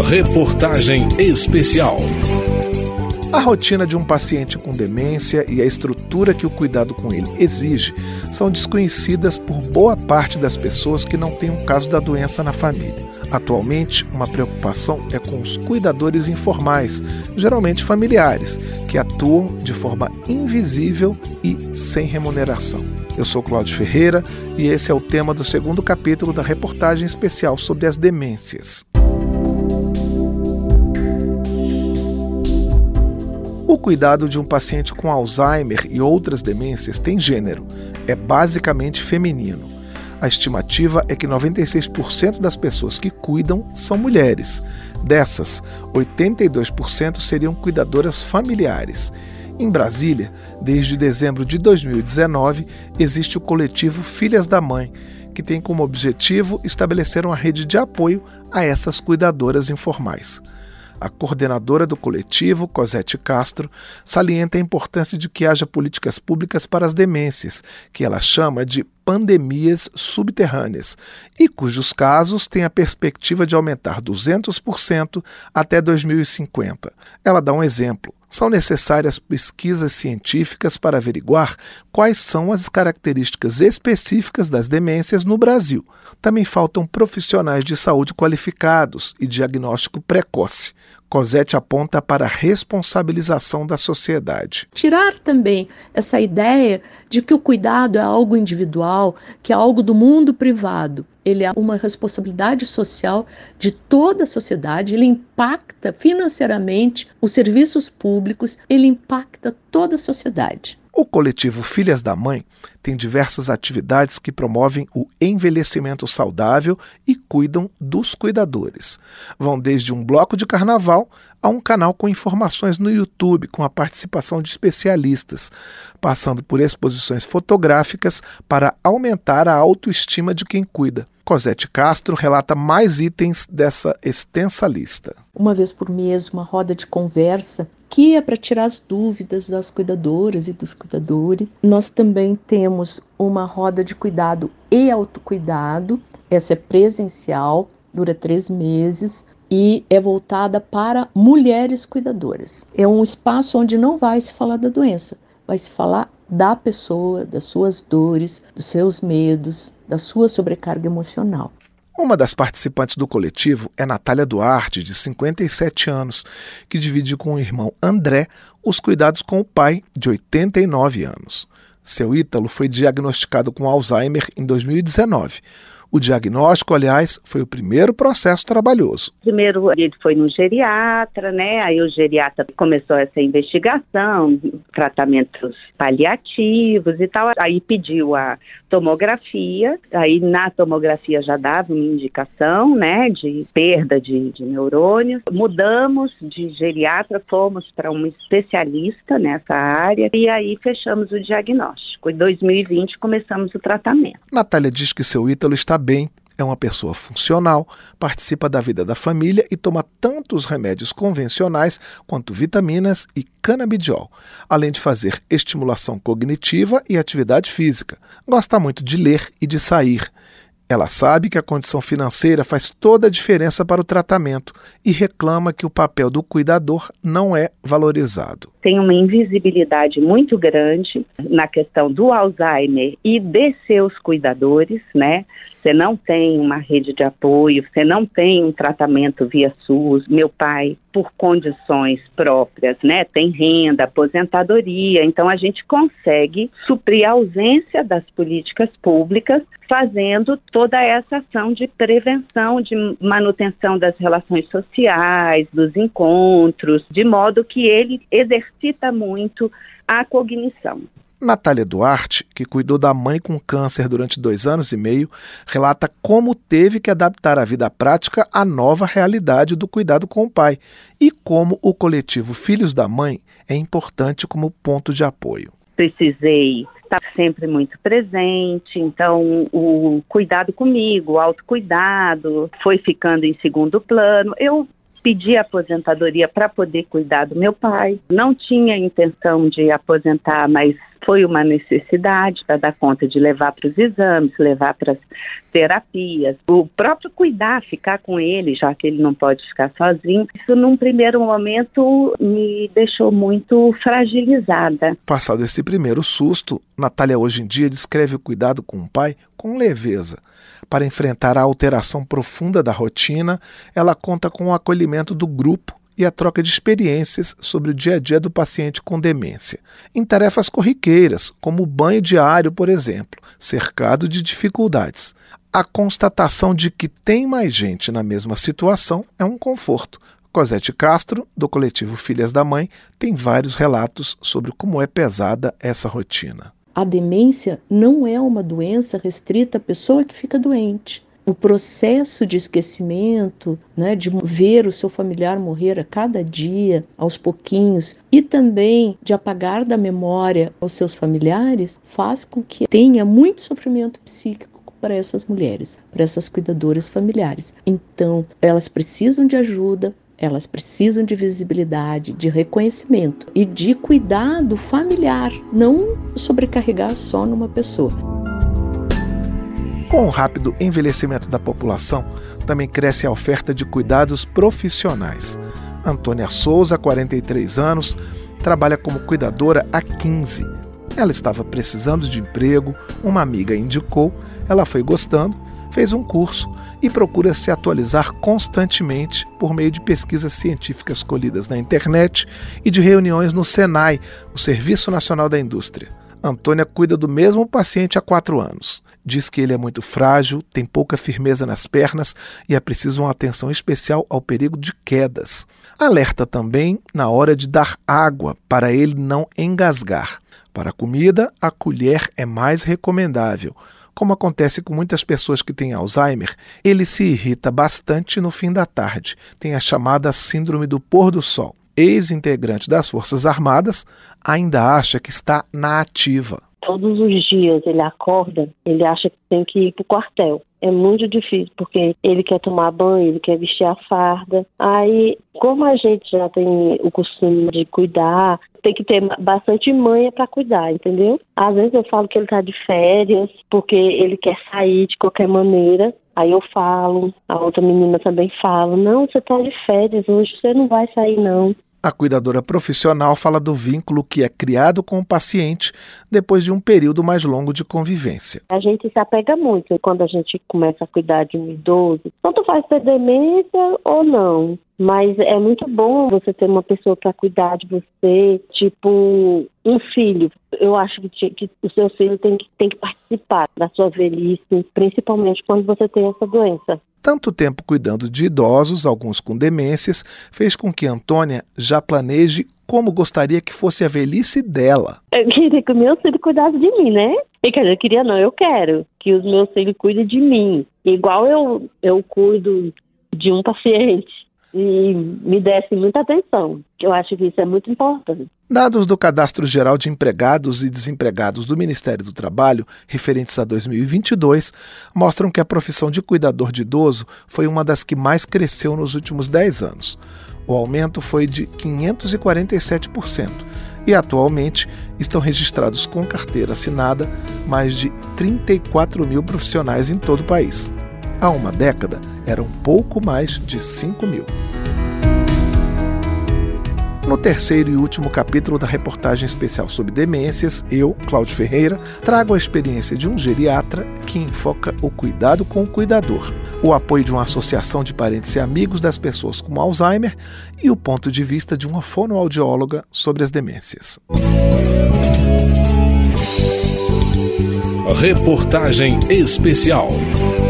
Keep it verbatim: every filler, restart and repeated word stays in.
Reportagem especial. A rotina de um paciente com demência e a estrutura que o cuidado com ele exige são desconhecidas por boa parte das pessoas que não têm um caso da doença na família. Atualmente, uma preocupação é com os cuidadores informais, geralmente familiares, que atuam de forma invisível e sem remuneração. Eu sou Cláudio Ferreira e esse é o tema do segundo capítulo da reportagem especial sobre as demências. O cuidado de um paciente com Alzheimer e outras demências tem gênero, é basicamente feminino. A estimativa é que noventa e seis por cento das pessoas que cuidam são mulheres. Dessas, oitenta e dois por cento seriam cuidadoras familiares. Em Brasília, desde dezembro de dois mil e dezenove, existe o coletivo Filhas da Mãe, que tem como objetivo estabelecer uma rede de apoio a essas cuidadoras informais. A coordenadora do coletivo, Cosete Castro, salienta a importância de que haja políticas públicas para as demências, que ela chama de pandemias subterrâneas, e cujos casos têm a perspectiva de aumentar duzentos por cento até dois mil e cinquenta. Ela dá um exemplo. São necessárias pesquisas científicas para averiguar quais são as características específicas das demências no Brasil. Também faltam profissionais de saúde qualificados e diagnóstico precoce. Cosete aponta para a responsabilização da sociedade. Tirar também essa ideia de que o cuidado é algo individual, que é algo do mundo privado. Ele é uma responsabilidade social de toda a sociedade, ele impacta financeiramente os serviços públicos, ele impacta toda a sociedade. O coletivo Filhas da Mãe tem diversas atividades que promovem o envelhecimento saudável e cuidam dos cuidadores. Vão desde um bloco de carnaval a um canal com informações no YouTube com a participação de especialistas, passando por exposições fotográficas para aumentar a autoestima de quem cuida. Cosete Castro relata mais itens dessa extensa lista. Uma vez por mês, uma roda de conversa que é para tirar as dúvidas das cuidadoras e dos cuidadores. Nós também temos uma roda de cuidado e autocuidado. Essa é presencial, dura três meses e é voltada para mulheres cuidadoras. É um espaço onde não vai se falar da doença, vai se falar da pessoa, das suas dores, dos seus medos, da sua sobrecarga emocional. Uma das participantes do coletivo é Natália Duarte, de cinquenta e sete anos, que divide com o irmão André os cuidados com o pai, de oitenta e nove anos. Seu Ítalo foi diagnosticado com Alzheimer em dois mil e dezenove. O diagnóstico, aliás, foi o primeiro processo trabalhoso. Primeiro ele foi no geriatra, né? Aí o geriatra começou essa investigação, tratamentos paliativos e tal. Aí pediu a tomografia, aí na tomografia já dava uma indicação, né, de perda de, de neurônios. Mudamos de geriatra, fomos para um especialista nessa área e aí fechamos o diagnóstico. Em dois mil e vinte começamos o tratamento. Natália diz que seu Ítalo está bem, é uma pessoa funcional, participa da vida da família e toma tanto os remédios convencionais quanto vitaminas e canabidiol, além de fazer estimulação cognitiva e atividade física. Gosta muito de ler e de sair. Ela sabe que a condição financeira faz toda a diferença para o tratamento e reclama que o papel do cuidador não é valorizado. Tem uma invisibilidade muito grande na questão do Alzheimer e de seus cuidadores, né? Você não tem uma rede de apoio, você não tem um tratamento via SUS. Meu pai, por condições próprias, né, tem renda, aposentadoria, então a gente consegue suprir a ausência das políticas públicas fazendo toda essa ação de prevenção, de manutenção das relações sociais, dos encontros, de modo que ele exercita muito a cognição. Natália Duarte, que cuidou da mãe com câncer durante dois anos e meio, relata como teve que adaptar a vida prática à nova realidade do cuidado com o pai e como o coletivo Filhos da Mãe é importante como ponto de apoio. Precisei estar sempre muito presente, então o cuidado comigo, o autocuidado foi ficando em segundo plano. Eu pedi aposentadoria para poder cuidar do meu pai. Não tinha intenção de aposentar, mas foi uma necessidade para dar conta de levar para os exames, levar para as terapias, o próprio cuidar, ficar com ele, já que ele não pode ficar sozinho. Isso, num primeiro momento, me deixou muito fragilizada. Passado esse primeiro susto, Natália hoje em dia descreve o cuidado com o pai com leveza. Para enfrentar a alteração profunda da rotina, ela conta com o acolhimento do grupo e a troca de experiências sobre o dia a dia do paciente com demência, em tarefas corriqueiras, como o banho diário, por exemplo, cercado de dificuldades. A constatação de que tem mais gente na mesma situação é um conforto. Cosete Castro, do coletivo Filhas da Mãe, tem vários relatos sobre como é pesada essa rotina. A demência não é uma doença restrita à pessoa que fica doente. O processo de esquecimento, né, de ver o seu familiar morrer a cada dia, aos pouquinhos, e também de apagar da memória os seus familiares, faz com que tenha muito sofrimento psíquico para essas mulheres, para essas cuidadoras familiares. Então, elas precisam de ajuda, elas precisam de visibilidade, de reconhecimento e de cuidado familiar, não sobrecarregar só numa pessoa. Com o rápido envelhecimento da população, também cresce a oferta de cuidados profissionais. Antônia Souza, quarenta e três anos, trabalha como cuidadora há quinze. Ela estava precisando de emprego, uma amiga indicou, ela foi gostando, fez um curso e procura se atualizar constantemente por meio de pesquisas científicas colhidas na internet e de reuniões no Senai, o Serviço Nacional da Indústria. Antônia cuida do mesmo paciente há quatro anos. Diz que ele é muito frágil, tem pouca firmeza nas pernas e é preciso uma atenção especial ao perigo de quedas. Alerta também na hora de dar água para ele não engasgar. Para a comida, a colher é mais recomendável. Como acontece com muitas pessoas que têm Alzheimer, ele se irrita bastante no fim da tarde. Tem a chamada síndrome do pôr do sol. Ex-integrante das Forças Armadas, ainda acha que está na ativa. Todos os dias ele acorda, ele acha que tem que ir para o quartel. É muito difícil, porque ele quer tomar banho, ele quer vestir a farda. Aí, como a gente já tem o costume de cuidar, tem que ter bastante manha para cuidar, entendeu? Às vezes eu falo que ele está de férias, porque ele quer sair de qualquer maneira. Aí eu falo, a outra menina também fala, não, você está de férias, hoje você não vai sair não. A cuidadora profissional fala do vínculo que é criado com o paciente depois de um período mais longo de convivência. A gente se apega muito quando a gente começa a cuidar de um idoso. Tanto faz ter demência ou não, mas é muito bom você ter uma pessoa para cuidar de você, tipo um filho. Eu acho que, que o seu filho tem que, tem que participar da sua velhice, principalmente quando você tem essa doença. Tanto tempo cuidando de idosos, alguns com demências, fez com que Antônia já planeje como gostaria que fosse a velhice dela. Eu queria que o meu filho cuidasse de mim, né? E, quer dizer, eu queria não, eu quero que os meus filhos cuidem de mim. Igual eu, eu cuido de um paciente e me desse muita atenção. Eu acho que isso é muito importante. Dados do Cadastro Geral de Empregados e Desempregados do Ministério do Trabalho, referentes a dois mil e vinte e dois, mostram que a profissão de cuidador de idoso foi uma das que mais cresceu nos últimos dez anos. O aumento foi de quinhentos e quarenta e sete por cento e, atualmente, estão registrados com carteira assinada mais de trinta e quatro mil profissionais em todo o país. Há uma década, eram pouco mais de cinco mil. No terceiro e último capítulo da reportagem especial sobre demências, eu, Cláudio Ferreira, trago a experiência de um geriatra que enfoca o cuidado com o cuidador, o apoio de uma associação de parentes e amigos das pessoas com Alzheimer e o ponto de vista de uma fonoaudióloga sobre as demências. Reportagem especial.